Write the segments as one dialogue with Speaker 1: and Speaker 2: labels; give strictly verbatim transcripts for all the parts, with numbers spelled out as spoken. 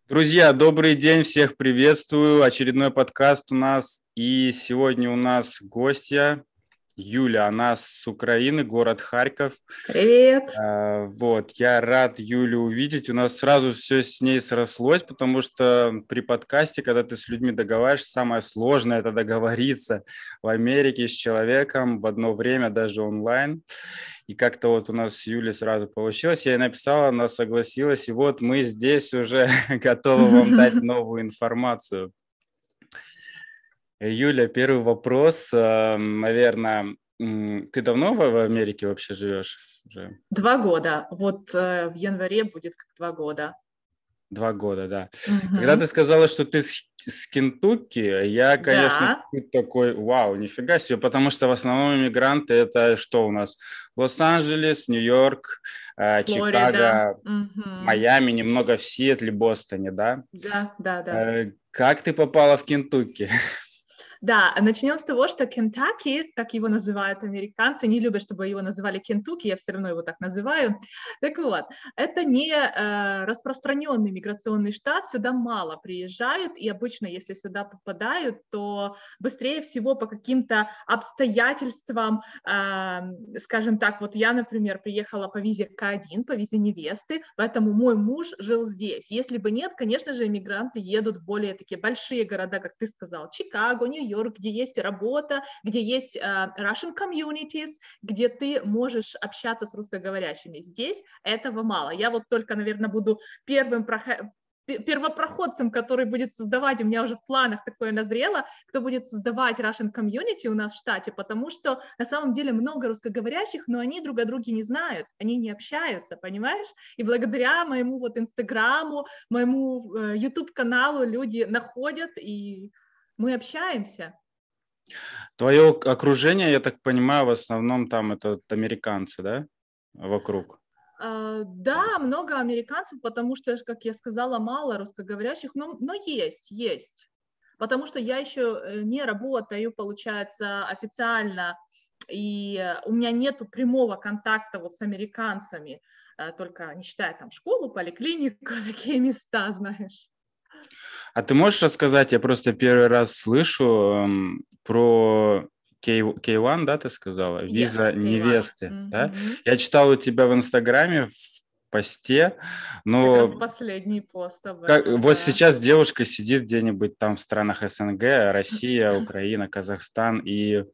Speaker 1: Друзья, добрый день, всех приветствую. Очередной подкаст у нас. И сегодня у нас гостья Юля, она с Украины, город Харьков.
Speaker 2: Привет.
Speaker 1: А, Вот, я рад Юлю увидеть. У нас сразу все с ней срослось, потому что при подкасте, когда ты с людьми договариваешься, самое сложное – это договориться в Америке с человеком в одно время, даже онлайн. И как-то вот у нас с Юлей сразу получилось. Я ей написала, она согласилась. И вот мы здесь уже готовы вам дать новую информацию. Юля, первый вопрос. Наверное, ты давно в Америке вообще живешь? Уже?
Speaker 2: Два года. Вот э, в январе будет как два года.
Speaker 1: Два года, да. Когда ты
Speaker 2: Мгм.
Speaker 1: сказала, что ты с, с Кентукки, я, конечно,
Speaker 2: Да,
Speaker 1: тут такой, вау, нифига себе, потому что в основном иммигранты это что у нас? Лос-Анджелес, Нью-Йорк, э,
Speaker 2: Флорида.
Speaker 1: Чикаго,
Speaker 2: Мгм.
Speaker 1: Майами, немного в Сиэтле, Бостоне, да?
Speaker 2: Да, да, да.
Speaker 1: Э, Как ты попала в Кентукки?
Speaker 2: Да, начнем с того, что Кентаки, так его называют американцы, не любят, чтобы его называли Кентукки, я все равно его так называю. Так вот, это не э, распространенный миграционный штат, сюда мало приезжают, и обычно, если сюда попадают, то быстрее всего по каким-то обстоятельствам, э, скажем так, вот я, например, приехала по визе К один, по визе невесты, поэтому мой муж жил здесь. Если бы нет, конечно же, иммигранты едут в более такие большие города, как ты сказал, Чикаго, Нью-Йорк, где есть работа, где есть uh, Russian communities, где ты можешь общаться с русскоговорящими. Здесь этого мало. Я вот только, наверное, буду первым первопроходцем, который будет создавать, у меня уже в планах такое назрело, кто будет создавать Russian community у нас в штате, потому что на самом деле много русскоговорящих, но они друг о друге не знают, они не общаются, понимаешь? И благодаря моему вот Инстаграму, моему YouTube-каналу люди находят, и мы общаемся.
Speaker 1: Твое окружение, я так понимаю, в основном там это американцы, да, вокруг?
Speaker 2: Uh, да, много американцев, потому что, как я сказала, мало русскоговорящих, но, но есть, есть. Потому что я еще не работаю, получается, официально, и у меня нет прямого контакта вот с американцами, только не считая там школу, поликлинику, такие места, знаешь.
Speaker 1: А ты можешь рассказать, я просто первый раз слышу эм, про кей один, да, ты сказала?
Speaker 2: Yes,
Speaker 1: Виза
Speaker 2: К один.
Speaker 1: невесты, да?
Speaker 2: Mm-hmm.
Speaker 1: Я читал у тебя в Инстаграме в посте,
Speaker 2: Как раз
Speaker 1: но
Speaker 2: последний пост об
Speaker 1: как,
Speaker 2: этом,
Speaker 1: вот
Speaker 2: да.
Speaker 1: сейчас девушка сидит где-нибудь там в странах СНГ, Россия, Украина, Казахстан, и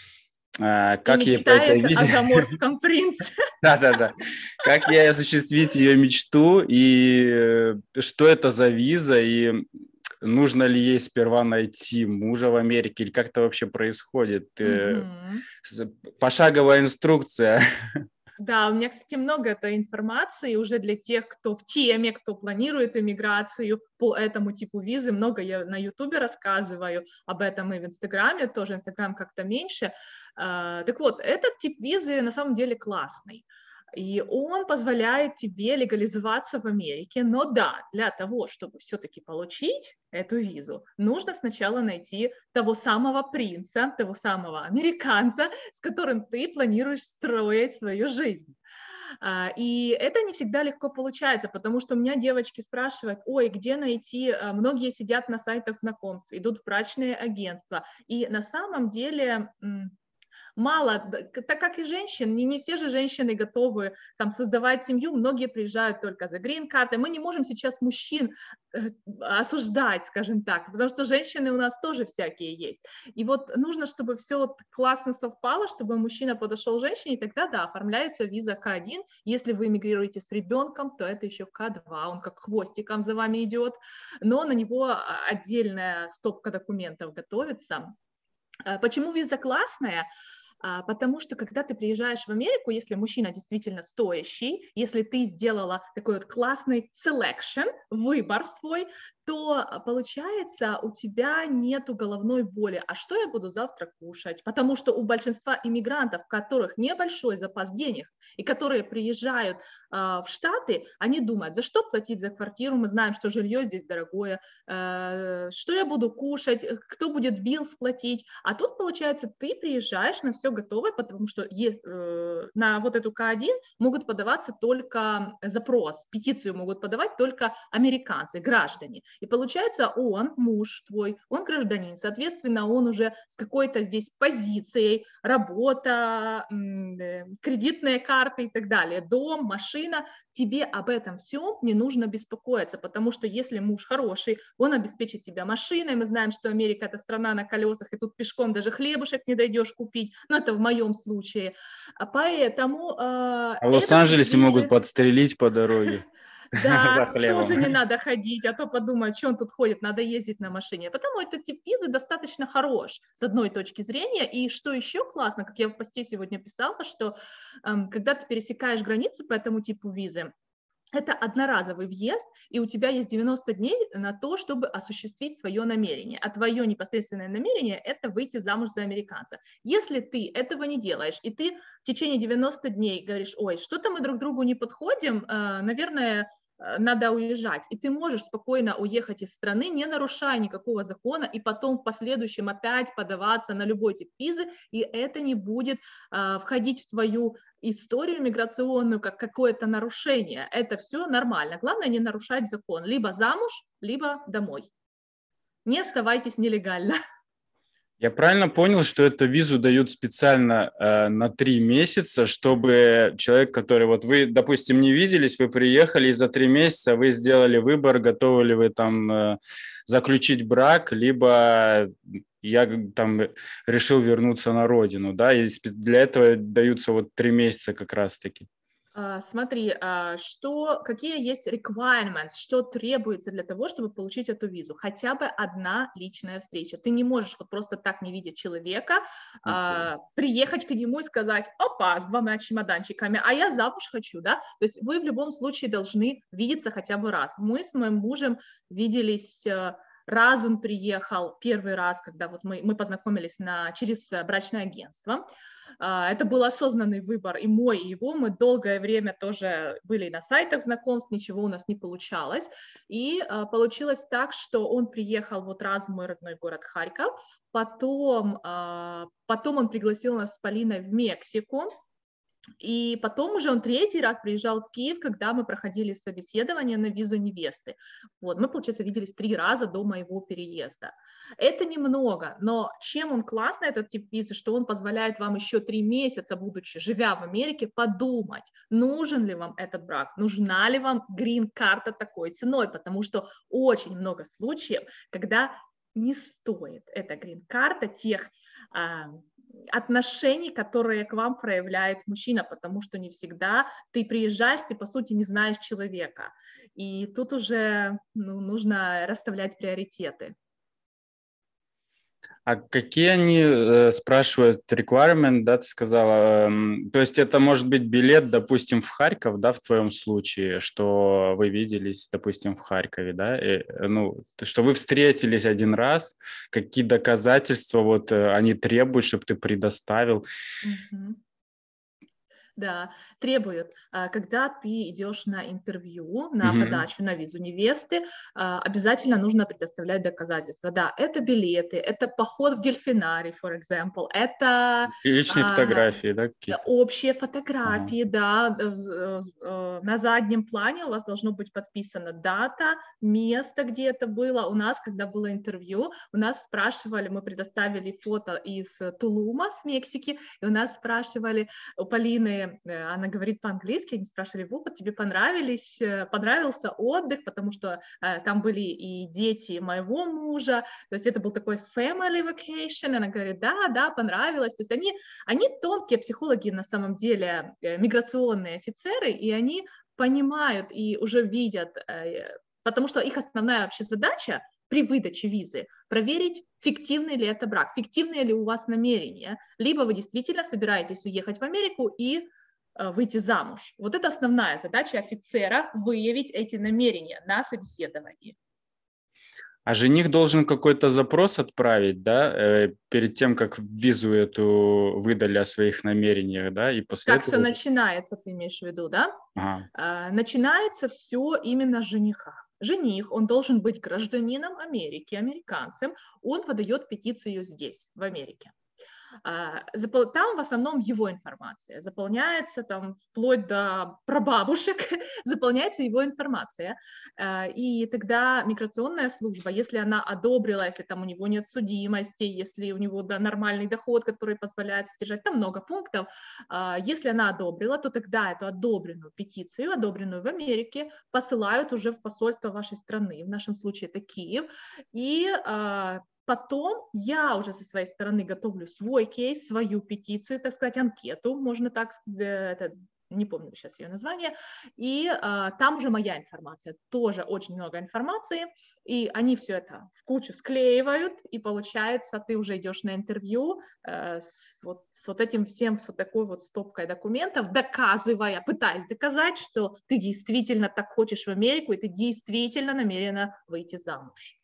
Speaker 1: а,
Speaker 2: И
Speaker 1: как ей по этой
Speaker 2: мечтает о
Speaker 1: визе...
Speaker 2: заморском принце.
Speaker 1: Да-да-да. Как ей осуществить ее мечту, и э, что это за виза, и нужно ли ей сперва найти мужа в Америке, или как это вообще происходит? Э,
Speaker 2: Mm-hmm.
Speaker 1: Пошаговая инструкция.
Speaker 2: Да, у меня, кстати, много этой информации уже для тех, кто в теме, кто планирует иммиграцию по этому типу визы. Много я на Ютубе рассказываю об этом и в Инстаграме, тоже Инстаграм как-то меньше. Так вот, этот тип визы на самом деле классный. И он позволяет тебе легализоваться в Америке. Но да, для того, чтобы все-таки получить эту визу, нужно сначала найти того самого принца, того самого американца, с которым ты планируешь строить свою жизнь. И это не всегда легко получается, потому что у меня девочки спрашивают, ой, где найти, многие сидят на сайтах знакомств, идут в брачные агентства, и на самом деле... Мало, так как и женщин, не, не все же женщины готовы там создавать семью, многие приезжают только за грин-картой. Мы не можем сейчас мужчин э, осуждать, скажем так, потому что женщины у нас тоже всякие есть. И вот нужно, чтобы все классно совпало, чтобы мужчина подошел к женщине, и тогда, да, оформляется виза К один. Если вы эмигрируете с ребенком, то это еще К два, он как хвостиком за вами идет, но на него отдельная стопка документов готовится. Почему виза классная? Потому что, когда ты приезжаешь в Америку, если мужчина действительно стоящий, если ты сделала такой вот классный selection, выбор свой, то получается у тебя нету головной боли. А что я буду завтра кушать? Потому что у большинства иммигрантов, у которых небольшой запас денег и которые приезжают э, в Штаты, они думают, за что платить за квартиру? Мы знаем, что жилье здесь дорогое. Э, что я буду кушать? Кто будет биллс платить? А тут, получается, ты приезжаешь на все готовое, потому что есть, э, на вот эту К один могут подаваться только запрос, петицию могут подавать только американцы, граждане. И получается, он, муж твой, он гражданин, соответственно, он уже с какой-то здесь позицией, работа, кредитные карты и так далее, дом, машина, тебе об этом всем не нужно беспокоиться, потому что если муж хороший, он обеспечит тебя машиной, мы знаем, что Америка – это страна на колесах, и тут пешком даже хлебушек не дойдешь купить, но это в моем случае. Поэтому…
Speaker 1: А в Лос-Анджелесе могут подстрелить по дороге.
Speaker 2: Да, тоже не надо ходить, а то подумают, что он тут ходит, надо ездить на машине. Потому этот тип визы достаточно хорош с одной точки зрения. И что еще классно, как я в посте сегодня писала, что эм, когда ты пересекаешь границу по этому типу визы, это одноразовый въезд, и у тебя есть девяносто дней на то, чтобы осуществить свое намерение. А твое непосредственное намерение – это выйти замуж за американца. Если ты этого не делаешь, и ты в течение девяноста дней говоришь, ой, что-то мы друг другу не подходим, наверное, надо уезжать. И ты можешь спокойно уехать из страны, не нарушая никакого закона, и потом в последующем опять подаваться на любой тип визы, и это не будет э, входить в твою историю миграционную как какое-то нарушение. Это все нормально. Главное не нарушать закон. Либо замуж, либо домой. Не оставайтесь нелегально.
Speaker 1: Я правильно понял, что эту визу дают специально э, на три месяца, чтобы человек, который вот вы, допустим, не виделись, вы приехали, и за три месяца вы сделали выбор, готовы ли вы там э, заключить брак, либо я там решил вернуться на родину, да, и для этого даются вот три месяца как раз-таки.
Speaker 2: Смотри, что, какие есть requirements, что требуется для того, чтобы получить эту визу. Хотя бы одна личная встреча. Ты не можешь вот просто так не видеть человека, okay. приехать к нему и сказать, опа, с двумя чемоданчиками, а я замуж хочу, да? То есть вы в любом случае должны видеться хотя бы раз. Мы с моим мужем виделись... Раз он приехал, первый раз, когда вот мы, мы познакомились на, через брачное агентство. Это был осознанный выбор и мой, и его. Мы долгое время тоже были на сайтах знакомств, ничего у нас не получалось. И получилось так, что он приехал вот раз в мой родной город Харьков, потом, потом он пригласил нас с Полиной в Мексику. И потом уже он третий раз приезжал в Киев, когда мы проходили собеседование на визу невесты. Вот, мы, получается, виделись три раза до моего переезда. Это немного, но чем он классный, этот тип визы, что он позволяет вам еще три месяца, будучи, живя в Америке, подумать, нужен ли вам этот брак, нужна ли вам грин-карта такой ценой, потому что очень много случаев, когда не стоит эта грин-карта тех... отношений, которые к вам проявляет мужчина, потому что не всегда ты приезжаешь, ты, по сути, не знаешь человека. И тут уже ну, нужно расставлять приоритеты.
Speaker 1: А какие они э, спрашивают requirement, да, ты сказала? Э, то есть это может быть билет, допустим, в Харьков, да, в твоем случае, что вы виделись, допустим, в Харькове, да, и, ну, что вы встретились один раз, какие доказательства вот э, они требуют, чтобы ты предоставил?
Speaker 2: Mm-hmm. Да, требуют, когда ты идешь на интервью, на mm-hmm. подачу на визу невесты, обязательно нужно предоставлять доказательства. Да, это билеты, это поход в дельфинарий, for example, это...
Speaker 1: Личные а, фотографии, да, какие-то?
Speaker 2: Общие фотографии, ага. Да, на заднем плане у вас должно быть подписана дата, место, где это было. У нас, когда было интервью, у нас спрашивали, мы предоставили фото из Тулума, с Мексики, и у нас спрашивали у Полины, она говорит по-английски, они спрашивали, вот, тебе понравились, понравился отдых, потому что э, там были и дети моего мужа, то есть это был такой family vacation, она говорит, да, да, понравилось, то есть они, они тонкие психологи на самом деле, э, миграционные офицеры, и они понимают и уже видят, э, потому что их основная вообще задача при выдаче визы проверить, фиктивный ли это брак, фиктивные ли у вас намерения, либо вы действительно собираетесь уехать в Америку и э, выйти замуж. Вот это основная задача офицера, выявить эти намерения на собеседовании.
Speaker 1: А жених должен какой-то запрос отправить, да, э, перед тем, как визу эту выдали о своих намерениях, да, и после
Speaker 2: Как все
Speaker 1: этого...
Speaker 2: начинается, ты имеешь в виду, да?
Speaker 1: Ага.
Speaker 2: А, Начинается все именно с жениха. Жених, он должен быть гражданином Америки, американцем, он подает петицию здесь, в Америке. А, Там в основном его информация заполняется, там вплоть до прабабушек, заполняется его информация. А, И тогда миграционная служба, если она одобрила, если там у него нет судимости, если у него да, нормальный доход, который позволяет содержать, там много пунктов, а, если она одобрила, то тогда эту одобренную петицию, одобренную в Америке, посылают уже в посольство вашей страны, в нашем случае это Киев, и а, потом я уже со своей стороны готовлю свой кейс, свою петицию, так сказать, анкету, можно так сказать, это, не помню сейчас ее название, и а, там уже моя информация, тоже очень много информации, и они все это в кучу склеивают, и получается, ты уже идешь на интервью э, с, вот, с вот этим всем, с вот такой вот стопкой документов, доказывая, пытаясь доказать, что ты действительно так хочешь в Америку, и ты действительно намерена выйти замуж.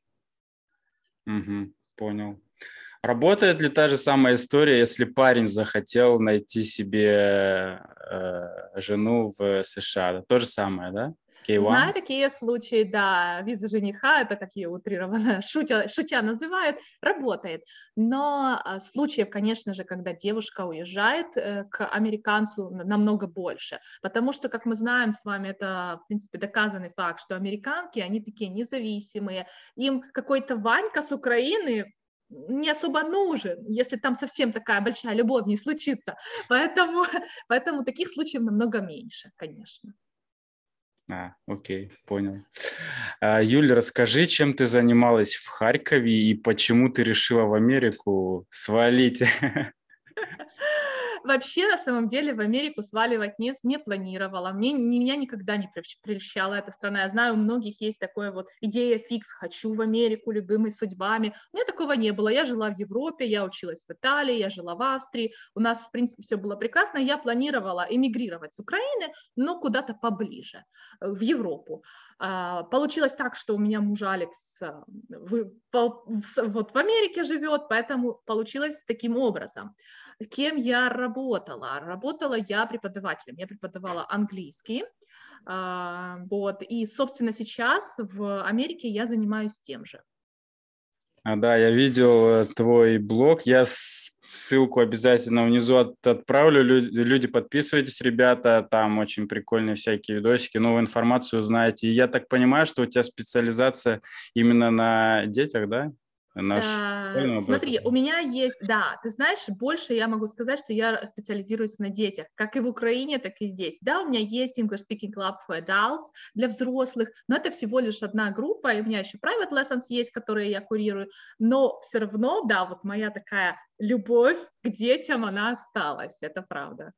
Speaker 1: Угу, понял. Работает ли та же самая история, если парень захотел найти себе э, жену в США? То же самое, да? кей один?
Speaker 2: Знаю такие случаи, да, виза жениха, это такие утрированно, шутя, шутя называют, работает. Но а, случаев, конечно же, когда девушка уезжает э, к американцу, намного больше. Потому что, как мы знаем с вами, это, в принципе, доказанный факт, что американки, они такие независимые. Им какой-то Ванька с Украины не особо нужен, если там совсем такая большая любовь не случится. Поэтому, поэтому таких случаев намного меньше, конечно.
Speaker 1: А, окей, понял. А, Юль, расскажи, чем ты занималась в Харькове и почему ты решила в Америку свалить?
Speaker 2: Вообще, на самом деле, в Америку сваливать не, не планировала. Мне, не, меня никогда не прельщала эта страна. Я знаю, у многих есть такое вот идея фикс, хочу в Америку любыми судьбами. У меня такого не было. Я жила в Европе, я училась в Италии, я жила в Австрии. У нас, в принципе, все было прекрасно. Я планировала эмигрировать с Украины, но куда-то поближе, в Европу. Получилось так, что у меня муж Алекс вот в Америке живет, поэтому получилось таким образом. Кем я работала? Работала я преподавателем. Я преподавала английский. Вот. И, собственно, сейчас в Америке я занимаюсь тем же.
Speaker 1: А, да, я видел твой блог. Я ссылку обязательно внизу от, отправлю. Люди, люди, подписывайтесь, ребята. Там очень прикольные всякие видосики, новую информацию узнаете. И я так понимаю, что у тебя специализация именно на детях, да? Наш
Speaker 2: Смотри, у меня есть, да, ты знаешь, больше я могу сказать, что я специализируюсь на детях, как и в Украине, так и здесь. Да, у меня есть English Speaking Club for Adults для взрослых, но это всего лишь одна группа, и у меня еще private lessons есть, которые я курирую, но все равно, да, вот моя такая любовь к детям, она осталась, это правда.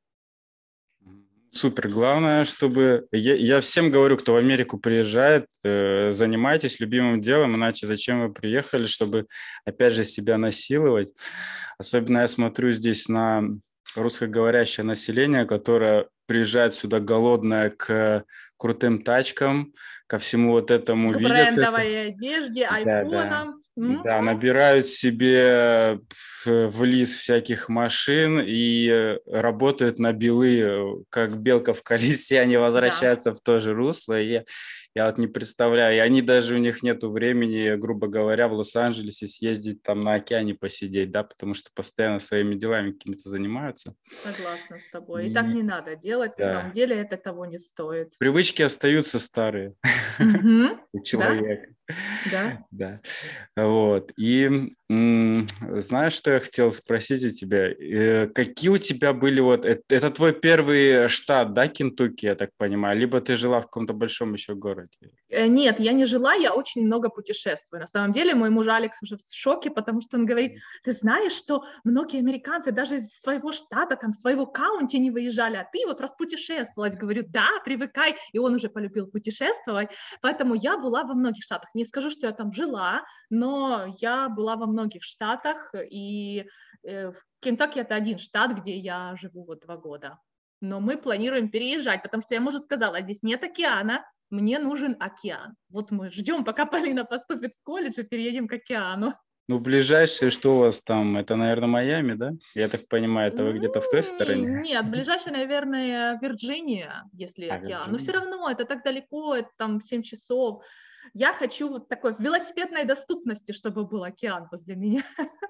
Speaker 1: Супер. Главное, чтобы... Я, я всем говорю, кто в Америку приезжает, э, занимайтесь любимым делом, иначе зачем вы приехали, чтобы, опять же, себя насиловать. Особенно я смотрю здесь на русскоговорящее население, которое приезжает сюда голодное к крутым тачкам, ко всему вот этому,
Speaker 2: К
Speaker 1: видят это.
Speaker 2: брендовой одежде,
Speaker 1: Да, да.
Speaker 2: айфонам.
Speaker 1: Да, набирают себе в лиз всяких машин и работают на белые, как белка в колесе, они возвращаются
Speaker 2: Да.
Speaker 1: в то же русло. И я, я вот не представляю, и они даже, у них нету времени, грубо говоря, в Лос-Анджелесе съездить там на океане посидеть, да, потому что постоянно своими делами какими-то занимаются.
Speaker 2: Согласна с тобой. И так
Speaker 1: И,
Speaker 2: не надо делать, на
Speaker 1: да,
Speaker 2: самом деле это того не стоит.
Speaker 1: привычки остаются старые
Speaker 2: Угу.
Speaker 1: у
Speaker 2: Да,
Speaker 1: человека.
Speaker 2: да.
Speaker 1: Да, вот. И м, знаешь, что я хотел спросить у тебя? Э, Какие у тебя были вот... Это, это твой первый штат, да, Кентукки, я так понимаю? Либо ты жила в каком-то большом еще городе?
Speaker 2: Э, Нет, я не жила, я очень много путешествую. На самом деле мой муж Алекс уже в шоке, потому что он говорит, ты знаешь, что многие американцы даже из своего штата, там, своего каунти не выезжали, а ты вот распутешествовалась. Говорю, да, привыкай. И он уже полюбил путешествовать. Поэтому я была во многих штатах. Не скажу, что я там жила, но я была во многих штатах. И э, Кентукки — это один штат, где я живу вот два года. но мы планируем переезжать, потому что я мужу сказала, здесь нет океана, мне нужен океан. Вот мы ждем, пока Полина поступит в колледж и переедем к океану.
Speaker 1: Ну, ближайшее, что у вас там? Это, наверное, Майами, да? Я так понимаю, это вы где-то в той
Speaker 2: Не-
Speaker 1: стороне?
Speaker 2: Нет, ближайшая, наверное, Вирджиния, если
Speaker 1: А,
Speaker 2: океан. Но все
Speaker 1: Вирджиния.
Speaker 2: равно это так далеко, это там семь часов. Я хочу вот такой велосипедной доступности, чтобы был океан возле меня.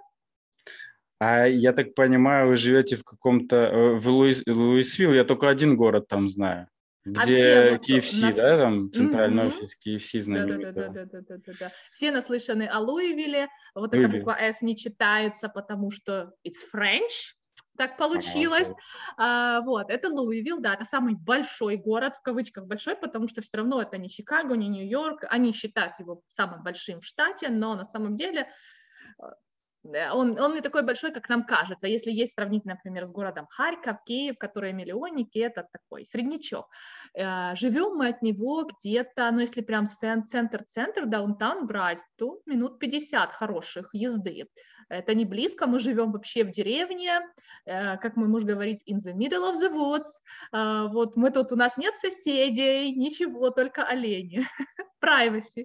Speaker 1: А я так понимаю, вы живете в каком-то... э, В Луис, Луисвилл, я только один город там знаю.
Speaker 2: А все
Speaker 1: Где
Speaker 2: вот
Speaker 1: кей эф си,
Speaker 2: нас...
Speaker 1: да, там центральный
Speaker 2: Мгм.
Speaker 1: офис кей эф си знаменитого.
Speaker 2: Да-да-да-да-да-да-да-да. Все наслышаны о Луивилле. Вот эта
Speaker 1: Были?
Speaker 2: буква «С» не читается, потому что it's French. Так
Speaker 1: А,
Speaker 2: получилось.
Speaker 1: окей.
Speaker 2: А, вот, это Луивилл, да, это самый большой город, в кавычках большой, потому что все равно это не Чикаго, не Нью-Йорк. Они считают его самым большим в штате, но на самом деле э, он, он не такой большой, как нам кажется. Если есть сравнить, например, с городом Харьков, Киев, которые миллионники, это такой среднячок. Э, Живем мы от него где-то, ну, если прям центр-центр, даунтаун брать, то минут пятьдесят хороших езды. Это не близко, мы живем вообще в деревне, э, как мой муж говорит, in the middle of the woods. Э, вот мы тут, у нас нет соседей, ничего, только олени. Privacy.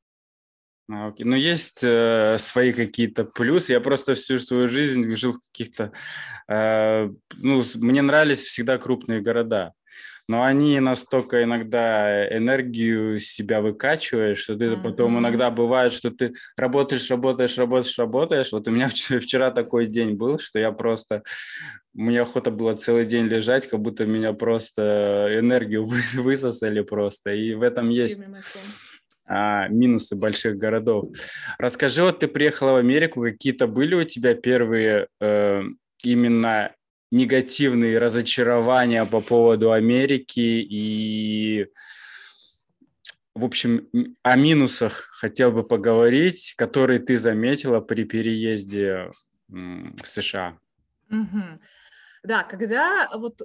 Speaker 1: А, окей. Но есть э, свои какие-то плюсы. Я просто всю свою жизнь жил в каких-то... э, ну, с- мне нравились всегда крупные города, но они настолько иногда энергию с себя выкачиваешь, что ты потом
Speaker 2: Мгм.
Speaker 1: иногда бывает, что ты работаешь, работаешь, работаешь, работаешь. Вот у меня вчера, вчера такой день был, что я просто... Мне охота было целый день лежать, как будто меня просто энергию вы- высосали просто. И в этом есть
Speaker 2: Give me my phone.
Speaker 1: а, минусы больших городов. Расскажи, вот ты приехала в Америку, какие-то были у тебя первые э, именно негативные разочарования по поводу Америки и, в общем, м, о минусах хотел бы поговорить, которые ты заметила при переезде м, в США.
Speaker 2: Мгм. Да, когда вот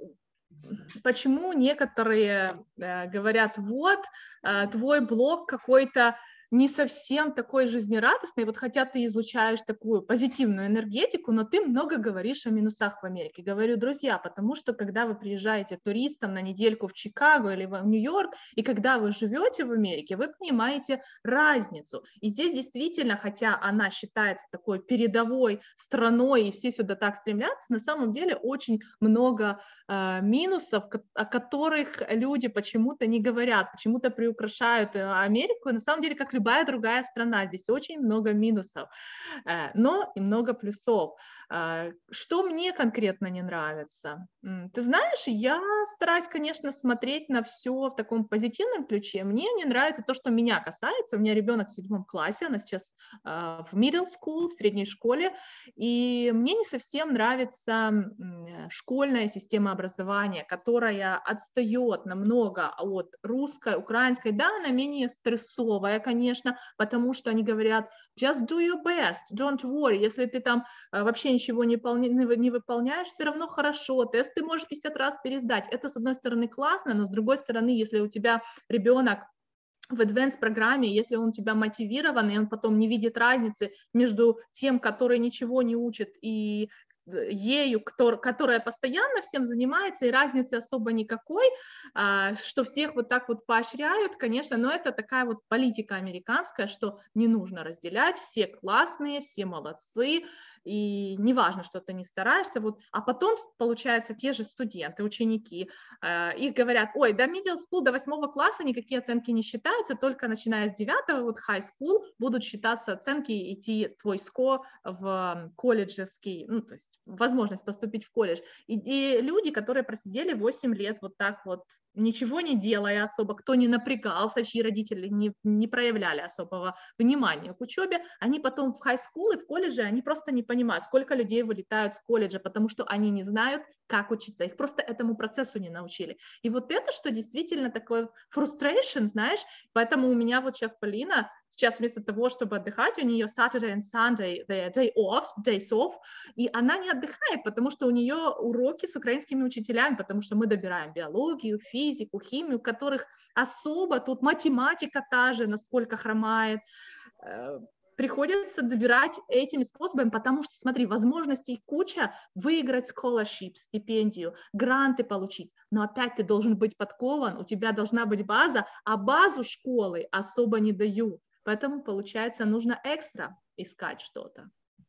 Speaker 2: почему некоторые э, говорят, вот, э, твой блог какой-то не совсем такой жизнерадостный, вот хотя ты излучаешь такую позитивную энергетику, но ты много говоришь о минусах в Америке. Говорю, друзья, потому что когда вы приезжаете туристом на недельку в Чикаго или в Нью-Йорк, и когда вы живете в Америке, вы понимаете разницу. И здесь действительно, хотя она считается такой передовой страной, и все сюда так стремятся, на самом деле очень много э, минусов, о которых люди почему-то не говорят, почему-то приукрашают Америку. На самом деле, как любая другая страна, здесь очень много минусов, э, но и много плюсов. Э, Что мне конкретно не нравится? Ты знаешь, я стараюсь, конечно, смотреть на все в таком позитивном ключе. Мне не нравится то, что меня касается. У меня ребенок в седьмом классе, она сейчас э, в middle school, в средней школе, и мне не совсем нравится школьная система образования, которая отстает намного от русской, украинской. Да, она менее стрессовая, конечно, потому что они говорят just do your best, don't worry. Если ты там вообще ничего не, полни, не выполняешь, все равно хорошо. Тест ты можешь пятьдесят раз пересдать. Это, с одной стороны, классно, но с другой стороны, если у тебя ребенок в advanced программе, если он у тебя мотивирован, и он потом не видит разницы между тем, который ничего не учит, и ею, которая постоянно всем занимается, и разницы особо никакой, что всех вот так вот поощряют, конечно, но это такая вот политика американская, что не нужно разделять, все классные, все молодцы, и неважно, что ты не стараешься, вот, а потом, получается, те же студенты, ученики, э, их говорят, ой, до middle school, до восьмого класса никакие оценки не считаются, только начиная с девятого, вот high school, будут считаться оценки, идти твой score в колледжевский, ну, то есть возможность поступить в колледж. И, и люди, которые просидели восемь лет вот так вот, ничего не делая особо, кто не напрягался, чьи родители не, не проявляли особого внимания к учебе, они потом в high school и в колледже, они просто не понимают, сколько людей вылетают с колледжа, потому что они не знают, как учиться, их просто этому процессу не научили. И вот это, что действительно такой frustration, знаешь, поэтому у меня вот сейчас Полина, сейчас вместо того, чтобы отдыхать, у нее Saturday and Sunday, the day off, days off, и она не отдыхает, потому что у нее уроки с украинскими учителями, потому что мы добираем биологию, физику, химию, которых особо тут математика та же, насколько хромает, приходится добирать этими способами, потому что, смотри, возможностей куча, выиграть scholarship, стипендию, гранты получить, но опять ты должен быть подкован, у тебя должна быть база, а базу школы особо не дают, поэтому, получается, нужно экстра искать что-то.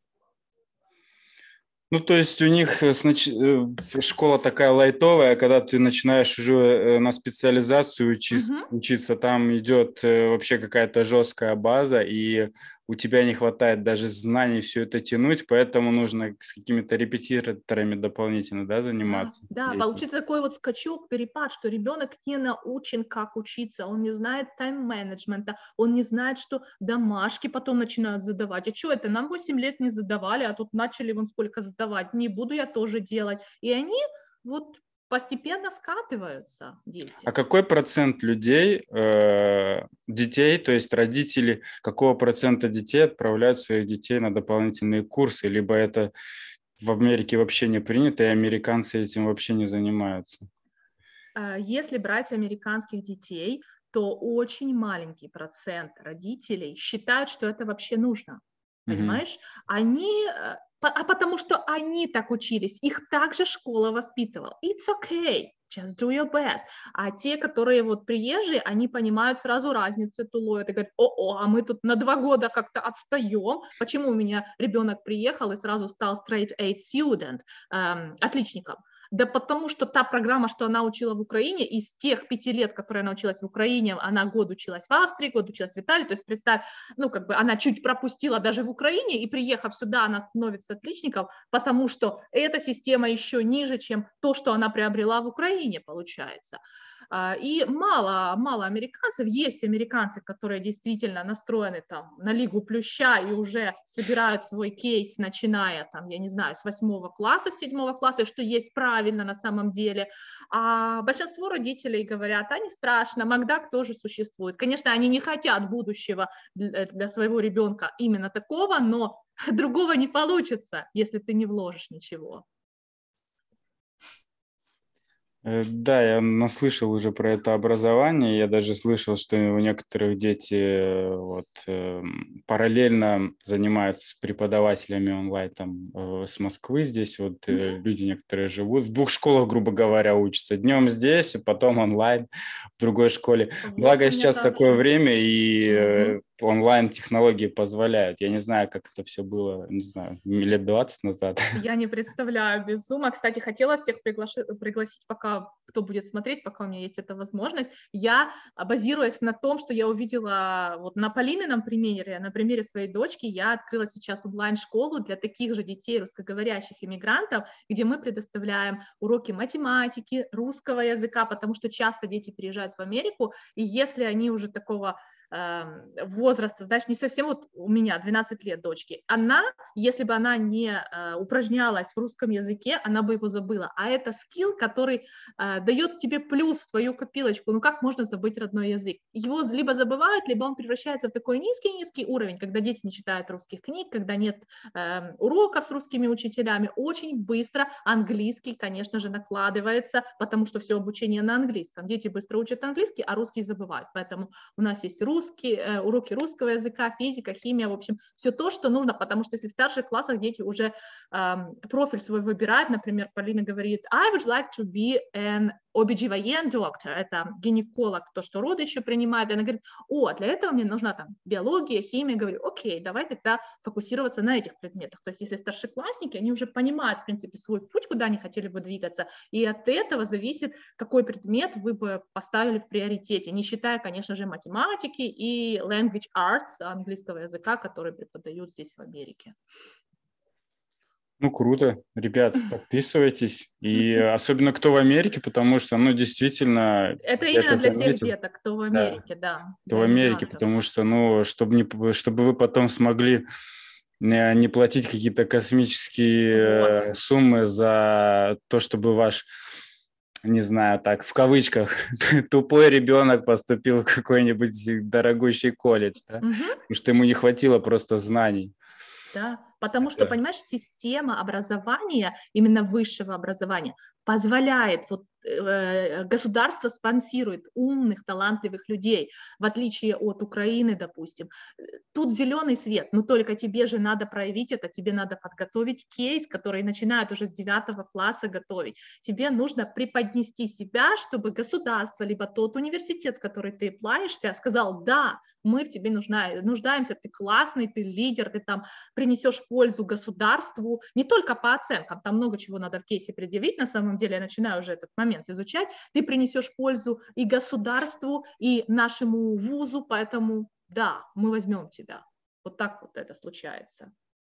Speaker 1: Ну, то есть у них снач... школа такая лайтовая, когда ты начинаешь уже на специализацию учи... uh-huh. учиться, там идет вообще какая-то жесткая база, и у тебя не хватает даже знаний все это тянуть, поэтому нужно с какими-то репетиторами дополнительно, да, заниматься.
Speaker 2: Да, да, получится такой вот скачок, перепад, что ребенок не научен, как учиться, он не знает тайм-менеджмента, он не знает, что домашки потом начинают задавать. А что это, нам восемь лет не задавали, а тут начали вон сколько задавать, не буду я тоже делать. И они вот постепенно скатываются, дети.
Speaker 1: А какой процент людей, э, детей, то есть родители, какого процента детей отправляют своих детей на дополнительные курсы? Либо это в Америке вообще не принято, и американцы этим вообще не занимаются?
Speaker 2: Если брать американских детей, то очень маленький процент родителей считают, что это вообще нужно. Понимаешь? Mm-hmm. Они... А потому что они так учились, их также школа воспитывала. It's okay, just do your best. А те, которые вот приезжие, они понимают сразу разницу эту ловят и говорят, о-о, а мы тут на два года как-то отстаем. Почему у меня ребенок приехал и сразу стал straight A student, эм, отличником? Да потому что та программа, что она учила в Украине, из тех пяти лет, которые она училась в Украине, она год училась в Австрии, год училась в Италии, то есть представь, ну как бы она чуть пропустила даже в Украине, и приехав сюда, она становится отличником, потому что эта система еще ниже, чем то, что она приобрела в Украине, получается. И мало, мало американцев, есть американцы, которые действительно настроены там на Лигу Плюща и уже собирают свой кейс, начиная там, я не знаю, с восьмого класса, с седьмого класса, что есть правильно на самом деле. А большинство родителей говорят, а не страшно, Макдак тоже существует. Конечно, они не хотят будущего для, для своего ребенка именно такого, но другого не получится, если ты не вложишь ничего.
Speaker 1: Да, я наслышал уже про это образование, я даже слышал, что у некоторых дети вот, параллельно занимаются с преподавателями онлайн там, с Москвы, здесь вот mm-hmm. люди некоторые живут, в двух школах, грубо говоря, учатся, днем здесь, и потом онлайн в другой школе. Вот Благо сейчас такое же. время, и mm-hmm. онлайн-технологии позволяют. Я не знаю, как это все было, не знаю, лет двадцать назад.
Speaker 2: Я не представляю, без зума. Кстати, хотела всех приглаши- пригласить, пока кто будет смотреть, пока у меня есть эта возможность. Я, базируясь на том, что я увидела вот на Полинином примере, на примере своей дочки, я открыла сейчас онлайн-школу для таких же детей русскоговорящих иммигрантов, где мы предоставляем уроки математики, русского языка, потому что часто дети приезжают в Америку, и если они уже такого возраста, знаешь, не совсем вот у меня двенадцать лет дочки, она, если бы она не э, упражнялась в русском языке, она бы его забыла, а это скилл, который э, дает тебе плюс в твою копилочку, ну как можно забыть родной язык? Его либо забывают, либо он превращается в такой низкий-низкий уровень, когда дети не читают русских книг, когда нет э, уроков с русскими учителями, очень быстро английский, конечно же, накладывается, потому что все обучение на английском, дети быстро учат английский, а русский забывают, поэтому у нас есть русский, Русский, уроки русского языка, физика, химия, в общем, все то, что нужно, потому что если в старших классах дети уже эм, профиль свой выбирают, например, Полина говорит, I would like to be an о би джи вай эн doctor, это гинеколог, то, что роды еще принимает, и она говорит, о, для этого мне нужна там биология, химия, говорю, окей, давай тогда фокусироваться на этих предметах, то есть если старшеклассники, они уже понимают, в принципе, свой путь, куда они хотели бы двигаться, и от этого зависит, какой предмет вы бы поставили в приоритете, не считая, конечно же, математики и language arts, английского языка, которые преподают здесь в Америке.
Speaker 1: Ну, круто. Ребят, подписывайтесь. И особенно кто в Америке, потому что, ну, действительно...
Speaker 2: Это именно это для заметил. тех деток, кто в Америке, да. да
Speaker 1: кто в Америке, потому что, ну, чтобы, не, чтобы вы потом смогли не, не платить какие-то космические вот. суммы за то, чтобы ваш... не знаю, так, в кавычках, тупой ребенок поступил в какой-нибудь дорогущий колледж, да? Угу. Потому что ему не хватило просто знаний.
Speaker 2: Да, потому что, да. понимаешь, система образования, именно высшего образования, позволяет вот государство спонсирует умных, талантливых людей, в отличие от Украины, допустим. Тут зеленый свет, но только тебе же надо проявить это, тебе надо подготовить кейс, который начинают уже с девятого класса готовить. Тебе нужно преподнести себя, чтобы государство, либо тот университет, в который ты плаешься, сказал: да, мы в тебе нужна, нуждаемся, ты классный, ты лидер, ты там принесешь пользу государству, не только по оценкам, там много чего надо в кейсе предъявить, на самом деле я начинаю уже этот момент изучать, ты принесешь пользу и государству, и нашему вузу, поэтому да, мы возьмем тебя. Вот так вот это случается.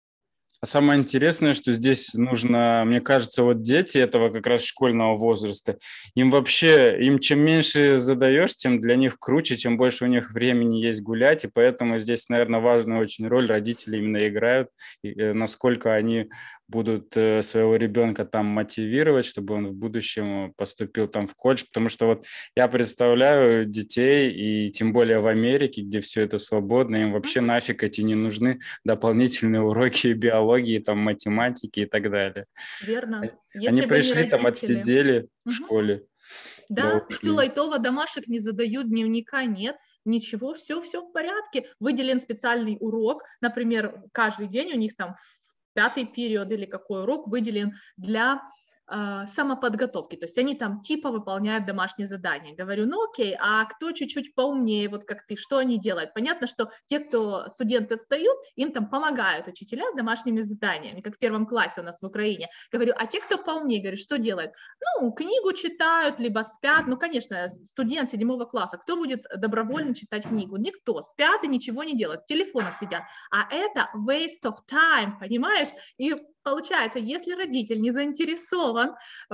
Speaker 1: А самое интересное, что здесь нужно, мне кажется, вот дети этого как раз школьного возраста, им вообще, им чем меньше задаешь, тем для них круче, чем больше у них времени есть гулять, и поэтому здесь, наверное, важную очень роль родители именно играют, и, насколько они будут своего ребенка там мотивировать, чтобы он в будущем поступил там в колледж, потому что вот я представляю детей, и тем более в Америке, где все это свободно, им вообще нафиг эти не нужны дополнительные уроки биологии, там, математики и так далее.
Speaker 2: Верно. Если
Speaker 1: Они
Speaker 2: бы
Speaker 1: пришли,
Speaker 2: не
Speaker 1: там,
Speaker 2: родители.
Speaker 1: отсидели в
Speaker 2: Угу.
Speaker 1: школе.
Speaker 2: Да, все лайтово, домашек не задают, дневника нет, ничего, все, все в порядке. Выделен специальный урок, например, каждый день у них там пятый период или какой урок выделен для э, самоподготовки, то есть они там типа выполняют домашние задания. Говорю, ну окей, а кто чуть-чуть поумнее, вот как ты, что они делают? Понятно, что те, кто студенты отстают, им там помогают учителя с домашними заданиями, как в первом классе у нас в Украине. Говорю, а те, кто поумнее, говорю, что делают? Ну, книгу читают, либо спят. Ну, конечно, студент седьмого класса, кто будет добровольно читать книгу? Никто. Спят и ничего не делают, в телефонах сидят. А это waste of time, понимаешь? И получается, если родитель не заинтересован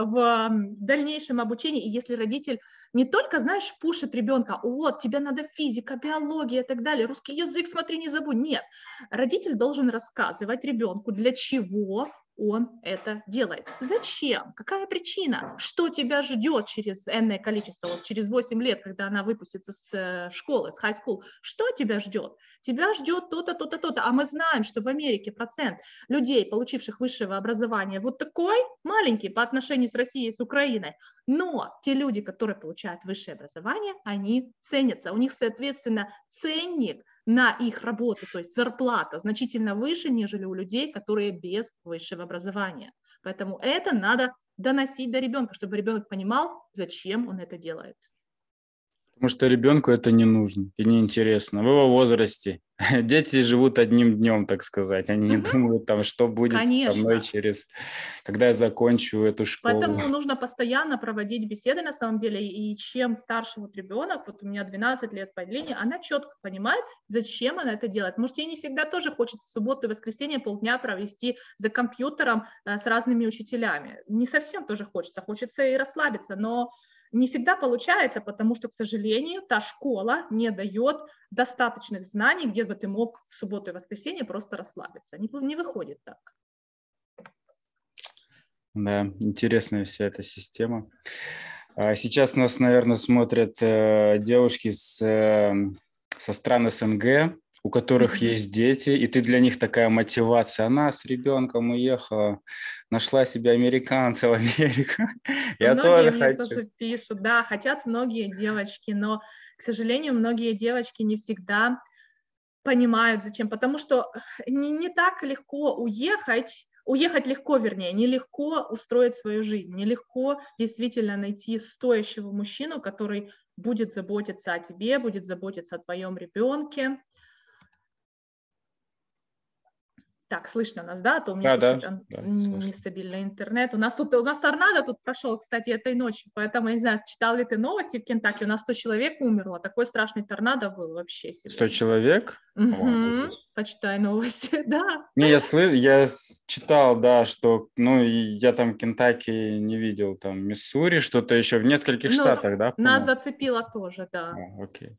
Speaker 2: в дальнейшем обучении, и если родитель не только, знаешь, пушит ребенка, вот, тебе надо физика, биология и так далее, русский язык, смотри, не забудь. Нет, родитель должен рассказывать ребенку, для чего он это делает. Зачем? Какая причина? Что тебя ждет через энное количество, вот через восемь лет, когда она выпустится с школы, с high school? Что тебя ждет? Тебя ждет то-то, то-то, то-то. А мы знаем, что в Америке процент людей, получивших высшего образования, вот такой маленький по отношению с Россией и с Украиной. Но те люди, которые получают высшее образование, они ценятся. У них, соответственно, ценник на их работу, то есть зарплата значительно выше, нежели у людей, которые без высшего образования. Поэтому это надо доносить до ребенка, чтобы ребенок понимал, зачем он это делает.
Speaker 1: Потому что ребенку это не нужно и неинтересно. В его возрасте дети живут одним днем, так сказать. Они не угу. думают, там, что будет Конечно. Со мной через, когда я закончу эту школу.
Speaker 2: Поэтому нужно постоянно проводить беседы на самом деле. И чем старше вот ребенок, вот у меня двенадцать лет по Лине, она четко понимает, зачем она это делает. Может, ей не всегда тоже хочется в субботу и воскресенье полдня провести за компьютером а, с разными учителями. Не совсем тоже хочется, хочется и расслабиться, но не всегда получается, потому что, к сожалению, та школа не дает достаточных знаний, где бы ты мог в субботу и воскресенье просто расслабиться. Не, не выходит так.
Speaker 1: Да, интересная вся эта система. Сейчас нас, наверное, смотрят девушки с, со стран СНГ, у которых mm-hmm. есть дети, и ты для них такая мотивация. Она с ребенком уехала, нашла себе американца в Америку. Я
Speaker 2: многие
Speaker 1: тоже
Speaker 2: мне
Speaker 1: хочу.
Speaker 2: тоже пишут, да, хотят многие девочки, но, к сожалению, многие девочки не всегда понимают, зачем, потому что не, не так легко уехать, уехать легко, вернее, нелегко устроить свою жизнь, нелегко действительно найти стоящего мужчину, который будет заботиться о тебе, будет заботиться о твоем ребенке. Так, слышно нас, да? А то у меня
Speaker 1: да,
Speaker 2: тут
Speaker 1: да, да,
Speaker 2: нестабильный интернет. У нас тут у нас торнадо тут прошел, кстати, этой ночью, поэтому, я не знаю, читал ли ты новости в Кентаки, у нас сто человек умерло, такой страшный торнадо был вообще сегодня.
Speaker 1: сто человек?
Speaker 2: Угу. О, почитай новости, да.
Speaker 1: Не, я, слы... я читал, да, что, ну, я там Кентаки не видел, там, Миссури, что-то еще, в нескольких
Speaker 2: ну,
Speaker 1: штатах, да?
Speaker 2: Нас зацепило тоже, да.
Speaker 1: О, окей.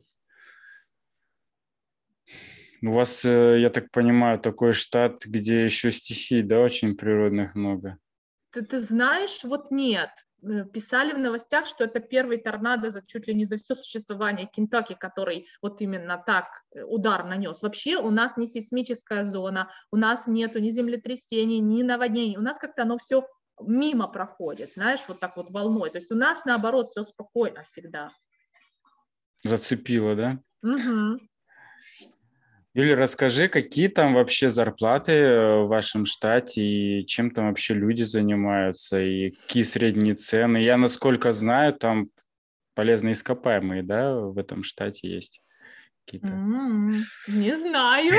Speaker 1: У вас, я так понимаю, такой штат, где еще стихий, да, очень природных много?
Speaker 2: Ты, ты знаешь, вот нет. Писали в новостях, что это первый торнадо за чуть ли не за все существование Кентаки, который вот именно так удар нанес. Вообще у нас не сейсмическая зона, у нас нету ни землетрясений, ни наводнений. У нас как-то оно все мимо проходит, знаешь, вот так вот волной. То есть у нас, наоборот, все спокойно всегда.
Speaker 1: Зацепило, да?
Speaker 2: Угу.
Speaker 1: Юля, расскажи, какие там вообще зарплаты в вашем штате и чем там вообще люди занимаются, и какие средние цены? Я, насколько знаю, там полезные ископаемые, да, в этом штате есть какие-то?
Speaker 2: М, Не знаю.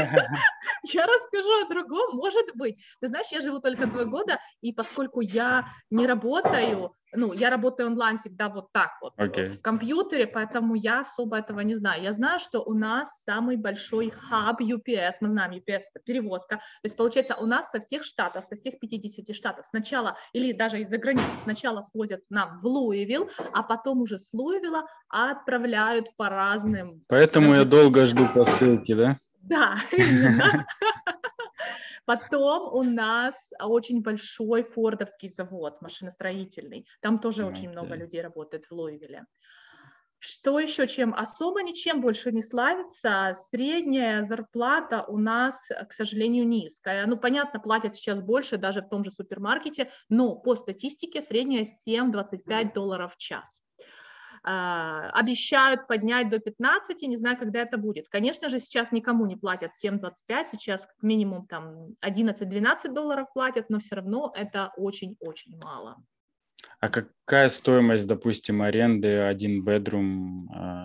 Speaker 2: Я расскажу о другом, может быть. Ты знаешь, я живу только два года, и поскольку я не работаю, ну, я работаю онлайн всегда вот так вот,
Speaker 1: Окей.
Speaker 2: в компьютере, поэтому я особо этого не знаю. Я знаю, что у нас самый большой хаб ю пи эс, мы знаем, ю пи эс — это перевозка, то есть, получается, у нас со всех штатов, со всех пятидесяти штатов сначала, или даже из-за границы, сначала свозят нам в Луивилл, а потом уже с Луивилла отправляют по разным...
Speaker 1: Поэтому я долго жду посылки, да?
Speaker 2: Да, именно. Потом у нас очень большой фордовский завод машиностроительный. Там тоже очень
Speaker 1: Окей.
Speaker 2: много людей работает в Луивилле. Что еще, чем особо ничем больше не славится, средняя зарплата у нас, к сожалению, низкая. Ну, понятно, платят сейчас больше даже в том же супермаркете, но по статистике средняя семь двадцать пять долларов в час. Uh, обещают поднять до пятнадцати, не знаю, когда это будет. Конечно же, сейчас никому не платят семь двадцать пять, сейчас как минимум там одиннадцать-двенадцать долларов платят, но все равно это очень-очень мало.
Speaker 1: А какая стоимость, допустим, аренды один bedroom а,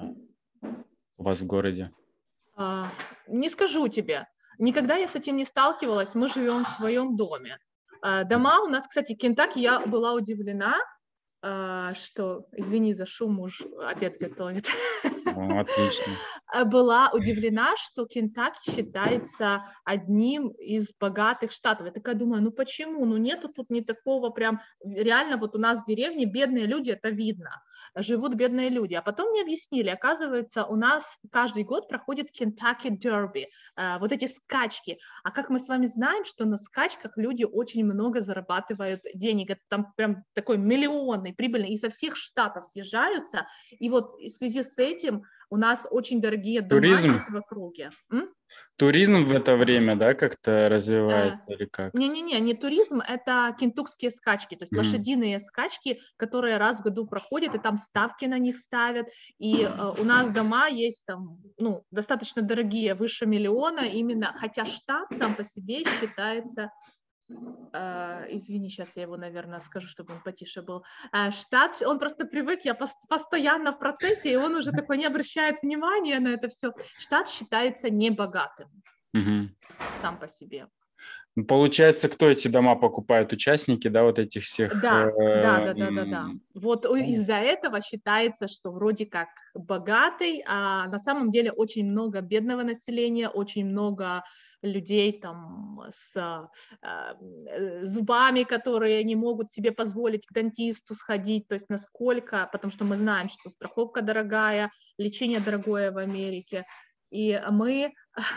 Speaker 1: у вас в городе?
Speaker 2: Uh, не скажу тебе. Никогда я с этим не сталкивалась, мы живем в своем доме. Uh, дома у нас, кстати, в Кентукки, я была удивлена, Uh, что, извини за шум, муж обед готовит.
Speaker 1: О, отлично.
Speaker 2: Была удивлена, что Кентукки считается одним из богатых штатов. Я такая думаю, ну почему? Ну нету тут ни такого прям... Реально вот у нас в деревне бедные люди, это видно. Живут бедные люди. А потом мне объяснили, оказывается, у нас каждый год проходит Kentucky Derby, вот эти скачки. А как мы с вами знаем, что на скачках люди очень много зарабатывают денег. Это там прям такой миллионный, прибыльный. И со всех штатов съезжаются. И вот в связи с этим у нас очень дорогие дома
Speaker 1: Туризм?
Speaker 2: есть в округе. М?
Speaker 1: Туризм в это время, да, как-то развивается или как?
Speaker 2: Не-не-не, не туризм, это кентукские скачки, то есть
Speaker 1: Мгм.
Speaker 2: лошадиные скачки, которые раз в году проходят, и там ставки на них ставят. И э, у нас дома есть там, ну, достаточно дорогие, выше миллиона именно, хотя штат сам по себе считается... Uh, извини, сейчас я его, наверное, скажу, чтобы он потише был. Uh, штат, он просто привык, я пос- постоянно в процессе, и он уже такой не обращает внимания на это все. Штат считается небогатым
Speaker 1: Мгм.
Speaker 2: сам по себе.
Speaker 1: Ну, получается, кто эти дома покупает? Участники, да, вот этих всех...
Speaker 2: Да, да,
Speaker 1: э,
Speaker 2: да, да, да, да.
Speaker 1: м,
Speaker 2: Вот у- из-за этого считается, что вроде как богатый, а на самом деле очень много бедного населения, очень много людей там с э, зубами, которые не могут себе позволить к дантисту сходить, то есть насколько, потому что мы знаем, что страховка дорогая, лечение дорогое в Америке, и мы,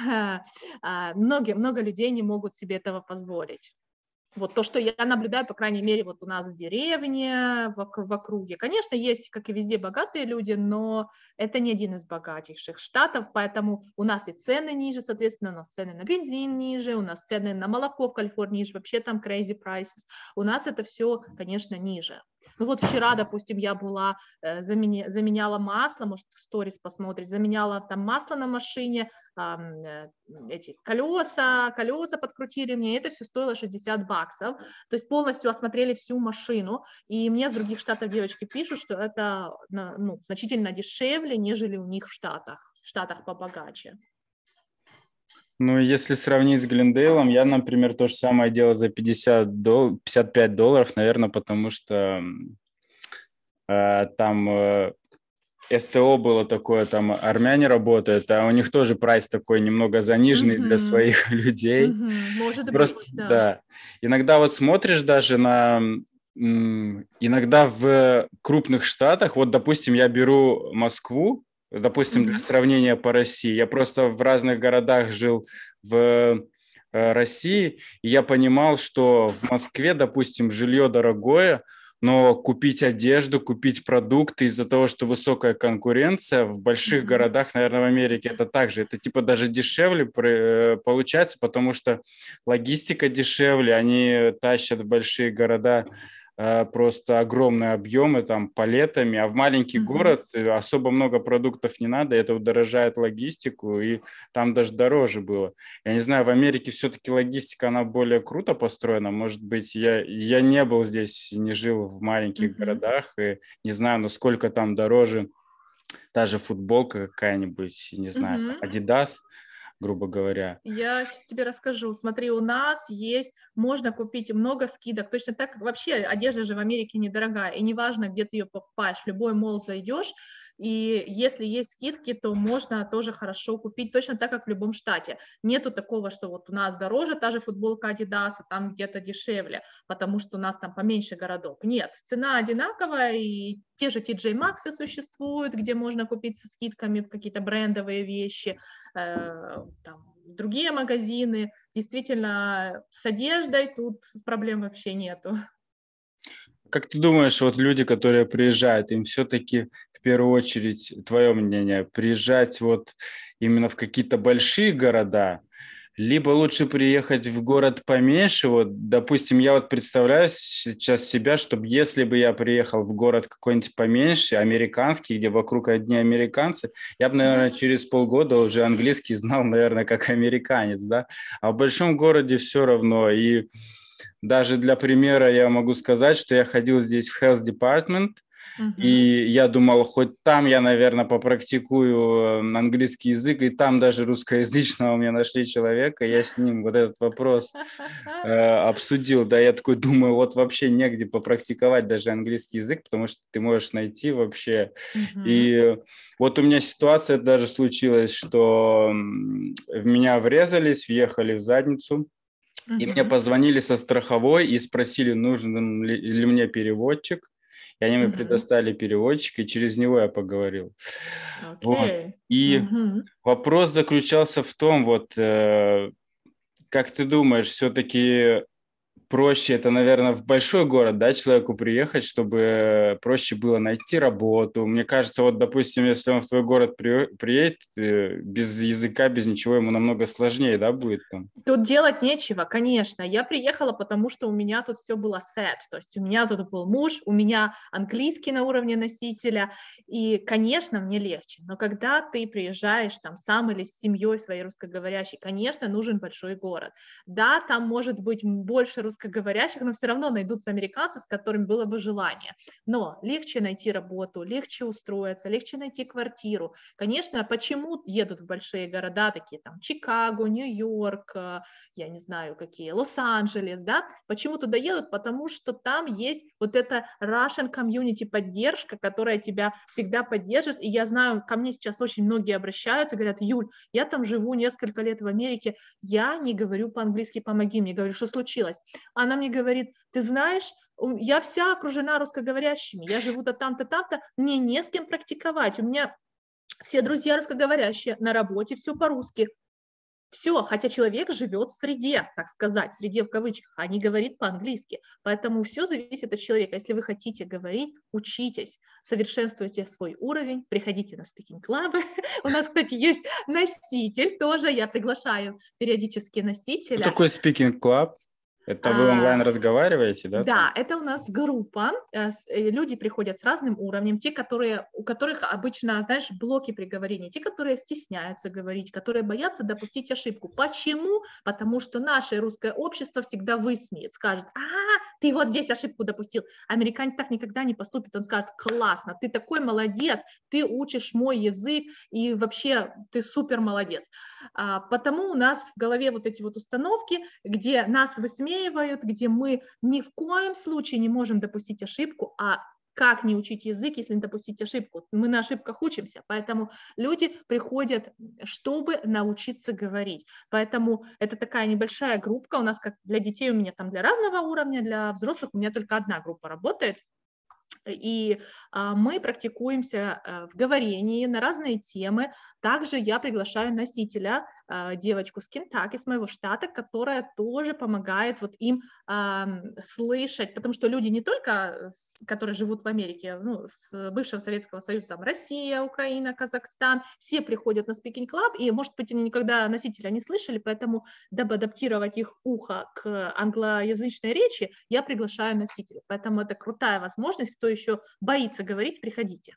Speaker 2: много, много людей не могут себе этого позволить. Вот то, что я наблюдаю, по крайней мере, вот у нас в деревне, в, в округе. Конечно, есть, как и везде, богатые люди, но это не один из богатейших штатов, поэтому у нас и цены ниже, соответственно, у нас цены на бензин ниже, у нас цены на молоко в Калифорнии ниже, вообще там crazy prices. У нас это все, конечно, ниже. Ну вот вчера, допустим, я была, э, заменя, заменяла масло, может, в сторис посмотреть, заменяла там масло на машине, э, эти колеса, колеса подкрутили мне, это все стоило шестьдесят баксов, то есть полностью осмотрели всю машину, и мне с других штатов девочки пишут, что это ну, значительно дешевле, нежели у них в Штатах, в Штатах побогаче.
Speaker 1: Ну, если сравнить с Глендейлом, я, например, то же самое делал за пятьдесят дол- пятьдесят пять долларов, наверное, потому что э, там э, эс тэ о было такое, там армяне работают, а у них тоже прайс такой немного заниженный
Speaker 2: Mm-hmm.
Speaker 1: для своих людей.
Speaker 2: Mm-hmm. Может
Speaker 1: Просто,
Speaker 2: быть, да.
Speaker 1: да. Иногда вот смотришь даже на... Иногда в крупных штатах, вот, допустим, я беру Москву, допустим, для сравнения по России. Я просто в разных городах жил в России, и я понимал, что в Москве, допустим, жилье дорогое, но купить одежду, купить продукты из-за того, что высокая конкуренция в больших mm-hmm. городах, наверное, в Америке это также. Это типа даже дешевле получается, потому что логистика дешевле, они тащат в большие города просто огромные объемы там палетами, а в маленький mm-hmm. город особо много продуктов не надо, это удорожает логистику, и там даже дороже было. Я не знаю, в Америке все-таки логистика, она более круто построена, может быть, я, я не был здесь, не жил в маленьких mm-hmm. городах, и не знаю, насколько там дороже та же футболка какая-нибудь, не знаю, mm-hmm. Adidas, грубо говоря.
Speaker 2: Я сейчас тебе расскажу. Смотри, у нас есть, можно купить много скидок, точно так, как вообще одежда же в Америке недорогая, и неважно, где ты ее покупаешь, в любой молл зайдешь, и если есть скидки, то можно тоже хорошо купить, точно так, как в любом штате. Нету такого, что вот у нас дороже та же футболка Adidas, а там где-то дешевле, потому что у нас там поменьше городов. Нет, цена одинаковая, и те же ти джей Maxx существуют, где можно купить со скидками какие-то брендовые вещи, э, там, другие магазины. Действительно, с одеждой тут проблем вообще нету.
Speaker 1: Как ты думаешь, вот люди, которые приезжают, им все-таки в первую очередь, твое мнение, приезжать вот именно в какие-то большие города, либо лучше приехать в город поменьше? Вот, допустим, я вот представляю сейчас себя, чтобы если бы я приехал в город какой-нибудь поменьше, американский, где вокруг одни американцы, я бы, наверное, через полгода уже английский знал, наверное, как американец, да? А в большом городе все равно. И даже для примера я могу сказать, что я ходил здесь в Health Department, uh-huh. и я думал, хоть там я, наверное, попрактикую английский язык, и там даже русскоязычного мне нашли человека, я с ним вот этот вопрос э, обсудил, да, я такой думаю, вот вообще негде попрактиковать даже английский язык, потому что ты можешь найти вообще, uh-huh. и вот у меня ситуация даже случилась, что в меня врезались, въехали в задницу. И uh-huh. мне позвонили со страховой и спросили, нужен ли, ли мне переводчик. И они uh-huh. мне предоставили переводчик, и через него я поговорил.
Speaker 2: Okay.
Speaker 1: Вот. И uh-huh. вопрос заключался в том, вот, э, как ты думаешь, все-таки проще это, наверное, в большой город, да, человеку приехать, чтобы проще было найти работу. Мне кажется, вот, допустим, если он в твой город при, приедет, без языка, без ничего, ему намного сложнее, да, будет там?
Speaker 2: Тут делать нечего, конечно. Я приехала, потому что у меня тут все было set, то есть у меня тут был муж, у меня английский на уровне носителя, и, конечно, мне легче. Но когда ты приезжаешь там сам или с семьей своей русскоговорящей, конечно, нужен большой город. Да, там может быть больше русскоговорящих, говорящих, но все равно найдутся американцы, с которыми было бы желание. Но легче найти работу, легче устроиться, легче найти квартиру. Конечно, почему едут в большие города, такие там Чикаго, Нью-Йорк, я не знаю какие, Лос-Анджелес, да? Почему туда едут? Потому что там есть вот эта Russian community поддержка, которая тебя всегда поддержит. И я знаю, ко мне сейчас очень многие обращаются, говорят, Юль, я там живу несколько лет в Америке, я не говорю по-английски, помоги мне. Говорю, что случилось? Она мне говорит, ты знаешь, я вся окружена русскоговорящими, я живу-то там-то, там-то, мне не с кем практиковать, у меня все друзья русскоговорящие, на работе все по-русски. Все, хотя человек живет в среде, так сказать, в среде в кавычках, а не говорит по-английски. Поэтому все зависит от человека. Если вы хотите говорить, учитесь, совершенствуйте свой уровень, приходите на спикинг-клабы. У нас, кстати, есть носитель тоже, я приглашаю периодически носителя.
Speaker 1: Что такое спикинг-клаб? Это вы онлайн разговариваете, да?
Speaker 2: Да, там? Это у нас группа, люди приходят с разным уровнем, те, которые, у которых обычно, знаешь, блоки при говорении, те, которые стесняются говорить, которые боятся допустить ошибку. Почему? Потому что наше русское общество всегда высмеет, скажет, а, ты вот здесь ошибку допустил. Американец так никогда не поступит, он скажет, классно, ты такой молодец, ты учишь мой язык, и вообще ты супер молодец. Потому у нас в голове вот эти вот установки, где нас высмеивают, где мы ни в коем случае не можем допустить ошибку, а как не учить язык, если не допустить ошибку? Мы на ошибках учимся, поэтому люди приходят, чтобы научиться говорить. Поэтому это такая небольшая группа, у нас как для детей, у меня там для разного уровня, для взрослых у меня только одна группа работает. И а, мы практикуемся а, в говорении на разные темы. Также я приглашаю носителя, а, девочку с Кентаки, с моего штата, которая тоже помогает вот им а, слышать, потому что люди не только, с, которые живут в Америке, ну, с бывшего Советского Союза, там Россия, Украина, Казахстан, все приходят на Speaking Club, и, может быть, они никогда носителя не слышали, поэтому, дабы адаптировать их ухо к англоязычной речи, я приглашаю носителей. Поэтому это крутая возможность. Кто еще боится говорить, приходите.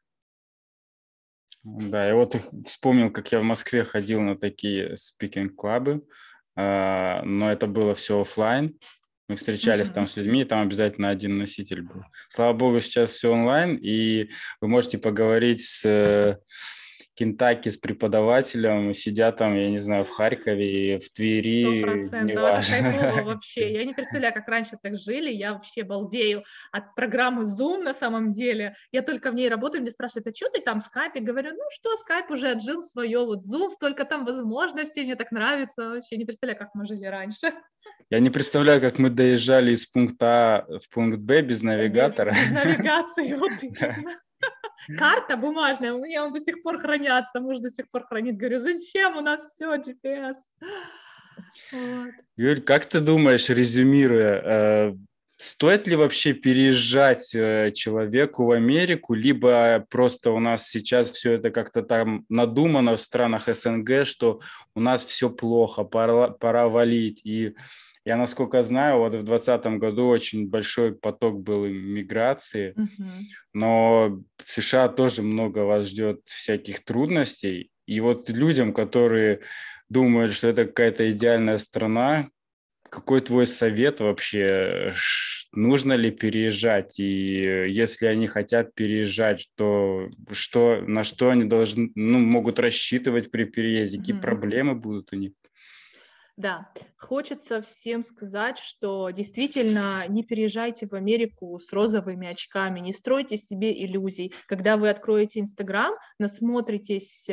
Speaker 1: Да, я вот вспомнил, как я в Москве ходил на такие спикинг-клабы, но это было все офлайн. Мы встречались mm-hmm. там с людьми, там обязательно один носитель был. Слава богу, сейчас все онлайн, и вы можете поговорить с Кентаки, с преподавателем, сидя там, я не знаю, в Харькове, в Твери.
Speaker 2: Сто процентов, это кайфово вообще. Я не представляю, как раньше так жили, я вообще балдею от программы Zoom на самом деле. Я только в ней работаю, мне спрашивают, а что ты там в скайпе? Говорю, ну что, скайп уже отжил свое, вот Zoom, столько там возможностей, мне так нравится, вообще не представляю, как мы жили раньше.
Speaker 1: Я не представляю, как мы доезжали из пункта А в пункт Б без навигатора.
Speaker 2: Без, без навигации, вот именно. Карта бумажная, у меня он до сих пор хранятся, муж до сих пор хранит. Говорю, зачем у нас все джи пи эс? Вот.
Speaker 1: Юль, как ты думаешь, резюмируя, э, стоит ли вообще переезжать э, человеку в Америку, либо просто у нас сейчас все это как-то там надумано в странах эс эн гэ, что у нас все плохо, пора, пора валить? И я, насколько знаю, вот в двадцатом году очень большой поток был миграции, uh-huh. но в США тоже много вас ждет всяких трудностей. И вот людям, которые думают, что это какая-то идеальная страна, какой твой совет вообще? Нужно ли переезжать? И если они хотят переезжать, то что, на что они должны, ну, могут рассчитывать при переезде? Какие uh-huh. проблемы будут у них?
Speaker 2: Да, хочется всем сказать, что действительно не переезжайте в Америку с розовыми очками, не стройте себе иллюзий. Когда вы откроете Инстаграм, насмотритесь,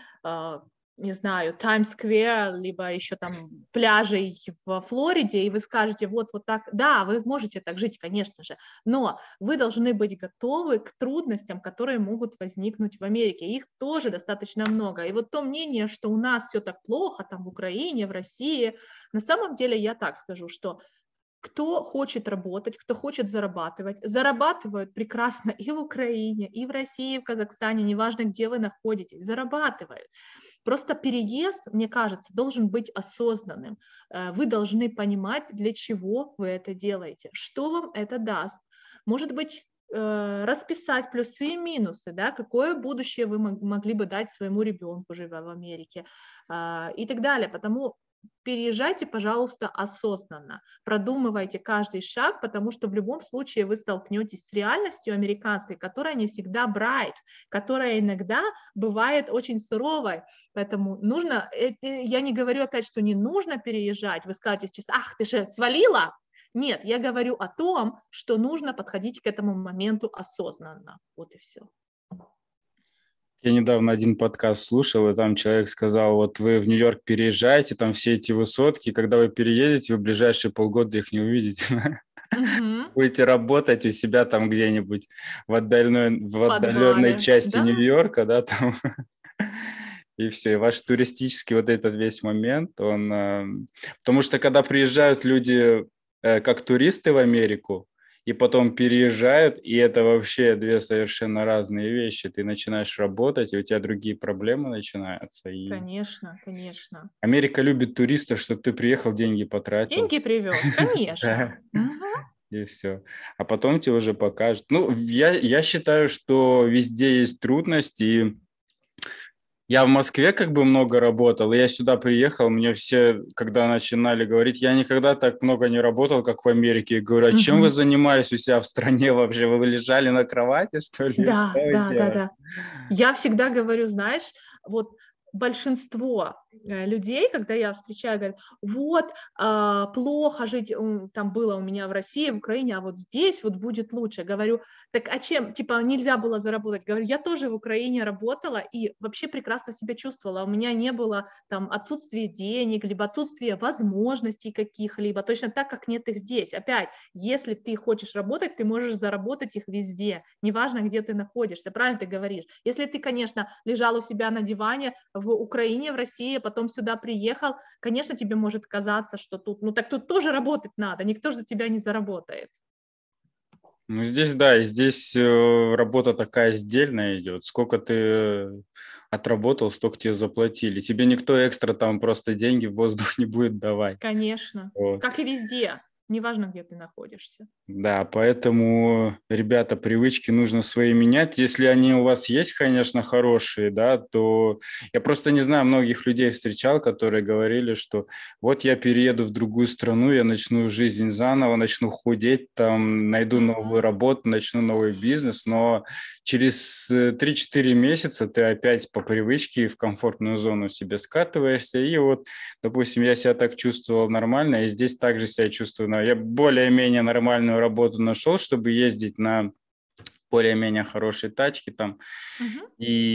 Speaker 2: не знаю, Таймс-сквер, либо еще там пляжей в Флориде, и вы скажете, вот, вот так, да, вы можете так жить, конечно же, но вы должны быть готовы к трудностям, которые могут возникнуть в Америке, их тоже достаточно много, и вот то мнение, что у нас все так плохо, там в Украине, в России, на самом деле я так скажу, что кто хочет работать, кто хочет зарабатывать, зарабатывают прекрасно и в Украине, и в России, и в Казахстане, неважно, где вы находитесь, зарабатывают. Просто переезд, мне кажется, должен быть осознанным. Вы должны понимать, для чего вы это делаете, что вам это даст. Может быть, расписать плюсы и минусы, да, какое будущее вы могли бы дать своему ребенку, живя в Америке, и так далее. Потому переезжайте, пожалуйста, осознанно, продумывайте каждый шаг, потому что в любом случае вы столкнетесь с реальностью американской, которая не всегда bright, которая иногда бывает очень суровой, поэтому нужно, я не говорю опять, что не нужно переезжать, вы скажете сейчас, ах, ты же свалила. Нет, я говорю о том, что нужно подходить к этому моменту осознанно, вот и все.
Speaker 1: Я недавно один подкаст слушал, и там человек сказал, вот вы в Нью-Йорк переезжаете, там все эти высотки, когда вы переедете, вы в ближайшие полгода их не увидите. Mm-hmm. Будете работать у себя там где-нибудь в отдаленной, в отдаленной части да? Нью-Йорка, да, там, и все, и ваш туристический вот этот весь момент, он... Потому что когда приезжают люди как туристы в Америку, и потом переезжают, и это вообще две совершенно разные вещи. Ты начинаешь работать, и у тебя другие проблемы начинаются. И...
Speaker 2: Конечно, конечно.
Speaker 1: Америка любит туристов, чтобы ты приехал, деньги потратил.
Speaker 2: Деньги привез, конечно.
Speaker 1: И все. А потом тебе уже покажут. Ну, я, я считаю, что везде есть трудности, и я в Москве как бы много работал, и я сюда приехал, мне все, когда начинали говорить, я никогда так много не работал, как в Америке. И говорю, а чем uh-huh. вы занимались у себя в стране вообще? Вы лежали на кровати, что ли?
Speaker 2: Да,
Speaker 1: что
Speaker 2: да, да, да. Я всегда говорю, знаешь, вот большинство людей, когда я встречаю, говорят, вот, э, плохо жить, там было у меня в России, в Украине, а вот здесь вот будет лучше. Говорю, так а чем, типа, нельзя было заработать? Говорю, я тоже в Украине работала и вообще прекрасно себя чувствовала. У меня не было там отсутствия денег, либо отсутствия возможностей каких-либо, точно так, как нет их здесь. Опять, если ты хочешь работать, ты можешь заработать их везде, неважно, где ты находишься, правильно ты говоришь. Если ты, конечно, лежал у себя на диване в Украине, в России, потом сюда приехал, конечно, тебе может казаться, что тут, ну так тут тоже работать надо, никто же за тебя не заработает.
Speaker 1: Ну, здесь, да, и здесь э, работа такая сдельная идет. Сколько ты отработал, столько тебе заплатили. Тебе никто экстра там просто деньги в воздух не будет давать.
Speaker 2: Конечно,
Speaker 1: Вот.
Speaker 2: как и везде, неважно, где ты находишься.
Speaker 1: Да, поэтому, ребята, привычки нужно свои менять. Если они у вас есть, конечно, хорошие, да, то я просто не знаю, многих людей встречал, которые говорили, что вот я перееду в другую страну, я начну жизнь заново, начну худеть, там, найду новую работу, начну новый бизнес, но через три-четыре месяца ты опять по привычке в комфортную зону себе скатываешься, и вот, допустим, я себя так чувствовал нормально, и здесь также себя чувствую, но я более-менее нормальную работу нашел, чтобы ездить на более-менее хорошие тачки там,
Speaker 2: Uh-huh.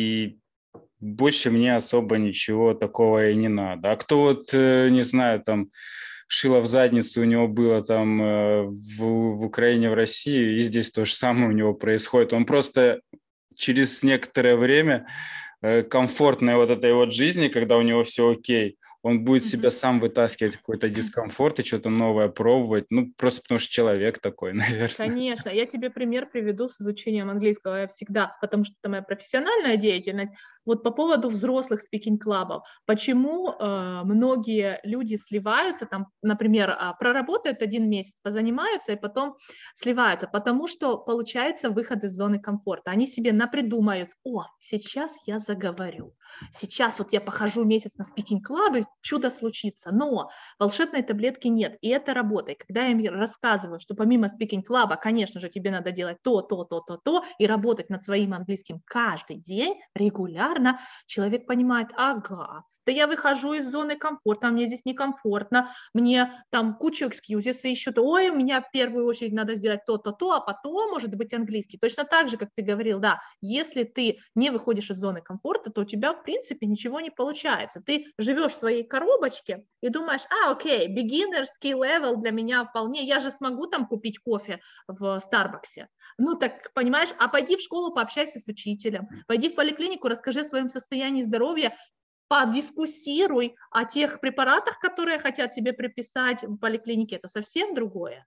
Speaker 1: и больше мне особо ничего такого и не надо. А кто вот, не знаю, там, шило в задницу у него было там в, в Украине, в России, и здесь то же самое у него происходит. Он просто через некоторое время комфортной вот этой вот жизни, когда у него все окей, он будет mm-hmm. себя сам вытаскивать в какой-то дискомфорт и что-то новое пробовать, ну, просто потому что человек такой, наверное.
Speaker 2: Конечно, я тебе пример приведу с изучением английского, я всегда, потому что это моя профессиональная деятельность. Вот по поводу взрослых спикинг-клабов, почему э, многие люди сливаются, там, например, проработают один месяц, позанимаются и потом сливаются, потому что получается выход из зоны комфорта. Они себе напридумают, о, сейчас я заговорю, сейчас вот я похожу месяц на спикинг-клабы, чудо случится, но волшебной таблетки нет, и это работает. Когда я им рассказываю, что помимо спикинг-клаба, конечно же, тебе надо делать то, то, то, то, то, и работать над своим английским каждый день, регулярно, человек понимает, ага, да я выхожу из зоны комфорта, мне здесь некомфортно, мне там куча экскьюзис, и еще то, ой, у меня в первую очередь надо сделать то-то, то, а потом может быть английский. Точно так же, как ты говорил, да, если ты не выходишь из зоны комфорта, то у тебя, в принципе, ничего не получается. Ты живешь в своей коробочке и думаешь, а, окей, beginnerский level для меня вполне, я же смогу там купить кофе в Старбаксе. Ну так, понимаешь, а пойди в школу, пообщайся с учителем, пойди в поликлинику, расскажи о своем состоянии здоровья, подискуссируй о тех препаратах, которые хотят тебе приписать в поликлинике, это совсем другое.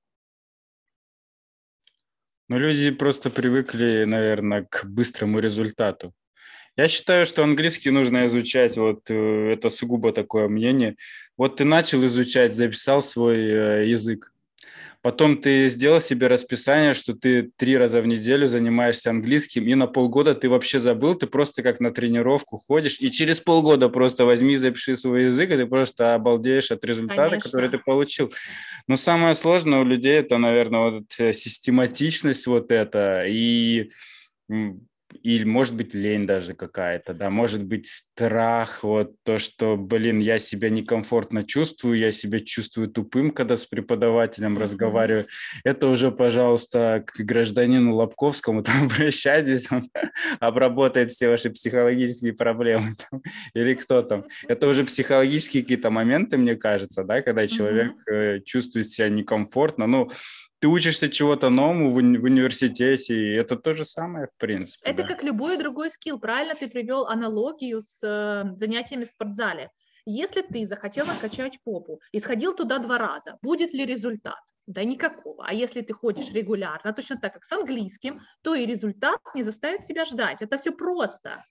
Speaker 1: Ну, люди просто привыкли, наверное, к быстрому результату. Я считаю, что английский нужно изучать, вот это сугубо такое мнение. Вот ты начал изучать, записал свой язык. Потом ты сделал себе расписание, что ты три раза в неделю занимаешься английским, и на полгода ты вообще забыл, ты просто как на тренировку ходишь, и через полгода просто возьми, запиши свой язык, и ты просто обалдеешь от результата, Конечно. Который ты получил. Но самое сложное у людей это, наверное, вот систематичность вот эта, и... Или, может быть, лень даже какая-то, да, может быть, страх, вот то, что, блин, я себя некомфортно чувствую, я себя чувствую тупым, когда с преподавателем mm-hmm. разговариваю. Это уже, пожалуйста, к гражданину Лобковскому, там, обращайтесь, он обработает все ваши психологические проблемы, там, или кто там. Это уже психологические какие-то моменты, мне кажется, да, когда человек mm-hmm. чувствует себя некомфортно, ну, ты учишься чего-то новому в, уни- в университете, и это то же самое, в принципе.
Speaker 2: Это
Speaker 1: да.
Speaker 2: как любой другой скилл. Правильно ты привел аналогию с э, занятиями в спортзале. Если ты захотел накачать попу и сходил туда два раза, будет ли результат? Да никакого. А если ты ходишь регулярно, точно так, как с английским, то и результат не заставит себя ждать. Это все просто.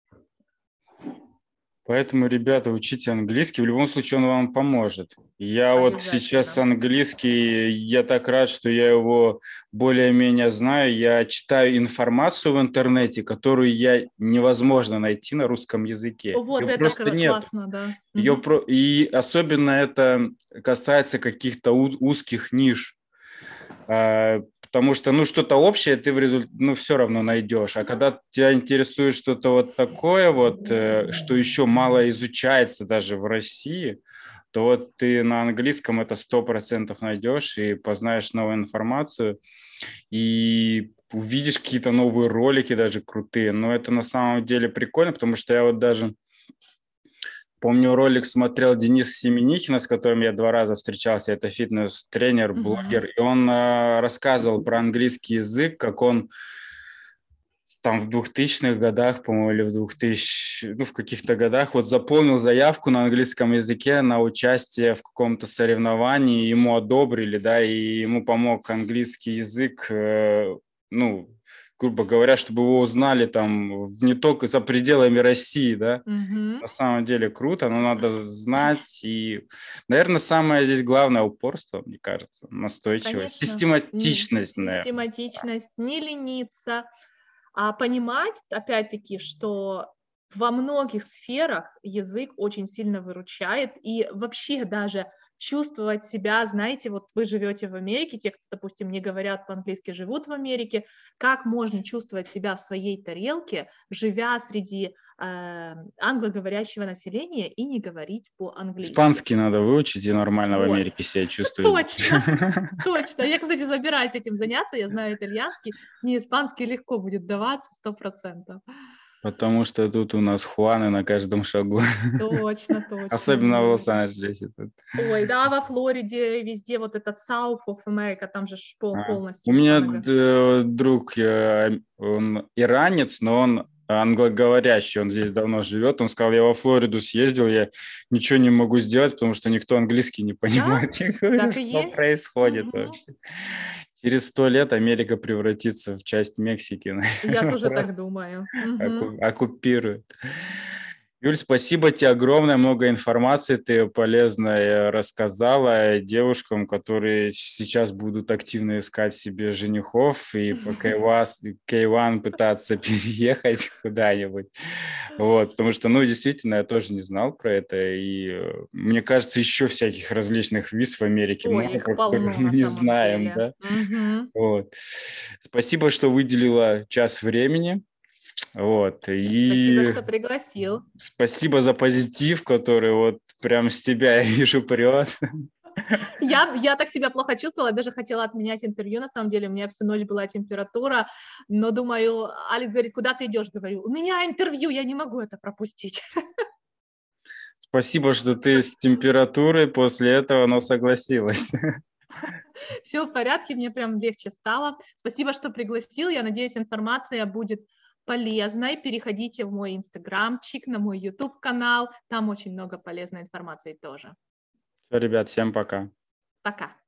Speaker 1: Поэтому, ребята, учите английский, в любом случае он вам поможет. Я вот сейчас английский, я так рад, что я его более-менее знаю. Я читаю информацию в интернете, которую я невозможно найти на русском языке.
Speaker 2: Вот
Speaker 1: Ее
Speaker 2: это
Speaker 1: просто нет.
Speaker 2: Классно, да.
Speaker 1: Ее
Speaker 2: угу.
Speaker 1: про... И особенно это касается каких-то узких ниш. потому что, ну, что-то общее ты в результате, ну, все равно найдешь. А когда тебя интересует что-то вот такое вот, э, что еще мало изучается даже в России, то вот ты на английском это сто процентов найдешь и познаешь новую информацию, и увидишь какие-то новые ролики даже крутые. Но это на самом деле прикольно, потому что я вот даже помню, ролик смотрел Денис Семенихин, с которым я два раза встречался. Это фитнес-тренер, блогер. Mm-hmm. И он э, рассказывал про английский язык, как он там в двухтысячных годах, по-моему, или в двухтысячных, ну, в каких-то годах вот заполнил заявку на английском языке на участие в каком-то соревновании, ему одобрили, да, и ему помог английский язык, э, ну, грубо говоря, чтобы его узнали там не только за пределами России, да. Mm-hmm. На самом деле круто, но надо знать. И, наверное, самое здесь главное упорство, мне кажется, настойчивость,
Speaker 2: Конечно.
Speaker 1: систематичность.
Speaker 2: Систематичность, наверное. Не лениться, а понимать, опять-таки, что во многих сферах язык очень сильно выручает, и вообще даже чувствовать себя, знаете, вот вы живете в Америке, те, кто, допустим, не говорят по-английски, живут в Америке, как можно чувствовать себя в своей тарелке, живя среди э, англоговорящего населения и не говорить по-английски.
Speaker 1: Испанский надо выучить и нормально вот в Америке себя чувствовать.
Speaker 2: Точно, точно. Я, кстати, собираюсь этим заняться, я знаю итальянский, мне испанский легко будет даваться, сто процентов.
Speaker 1: Потому что тут у нас Хуаны на каждом шагу.
Speaker 2: Точно, точно.
Speaker 1: Особенно в Лос-Анджелесе.
Speaker 2: Ой, да, во Флориде, везде вот этот South of America, там же пол, полностью.
Speaker 1: А. У меня д- друг, он иранец, но он англоговорящий, он здесь давно живет. Он сказал, я во Флориду съездил, я ничего не могу сделать, потому что никто английский не понимает.
Speaker 2: Да?
Speaker 1: Я говорю,
Speaker 2: Так
Speaker 1: что
Speaker 2: и есть.
Speaker 1: происходит
Speaker 2: Угу.
Speaker 1: вообще? Через сто лет Америка превратится в часть Мексики.
Speaker 2: Я тоже так думаю.
Speaker 1: Угу. Оккупирует. Юль, спасибо тебе огромное, много информации ты полезной рассказала девушкам, которые сейчас будут активно искать себе женихов и по кей один пытаться переехать куда-нибудь. Вот, потому что, ну, действительно, я тоже не знал про это, и мне кажется, еще всяких различных виз в Америке
Speaker 2: Ой,
Speaker 1: много,
Speaker 2: их полно,
Speaker 1: мы не знаем,
Speaker 2: деле.
Speaker 1: да?
Speaker 2: Угу.
Speaker 1: Вот. Спасибо, что выделила час времени. Вот. И
Speaker 2: спасибо, что пригласил.
Speaker 1: Спасибо за позитив, который вот прям с тебя, я вижу, прет.
Speaker 2: Я, я так себя плохо чувствовала, даже хотела отменять интервью, на самом деле, у меня всю ночь была температура, но думаю, Алекс говорит, куда ты идешь? Говорю, у меня интервью, я не могу это пропустить.
Speaker 1: Спасибо, что ты с температурой после этого, но согласилась.
Speaker 2: Все в порядке, мне прям легче стало. Спасибо, что пригласил, я надеюсь, информация будет полезной. Переходите в мой инстаграмчик, на мой YouTube-канал, там очень много полезной информации тоже.
Speaker 1: Все, ребят, всем пока.
Speaker 2: Пока.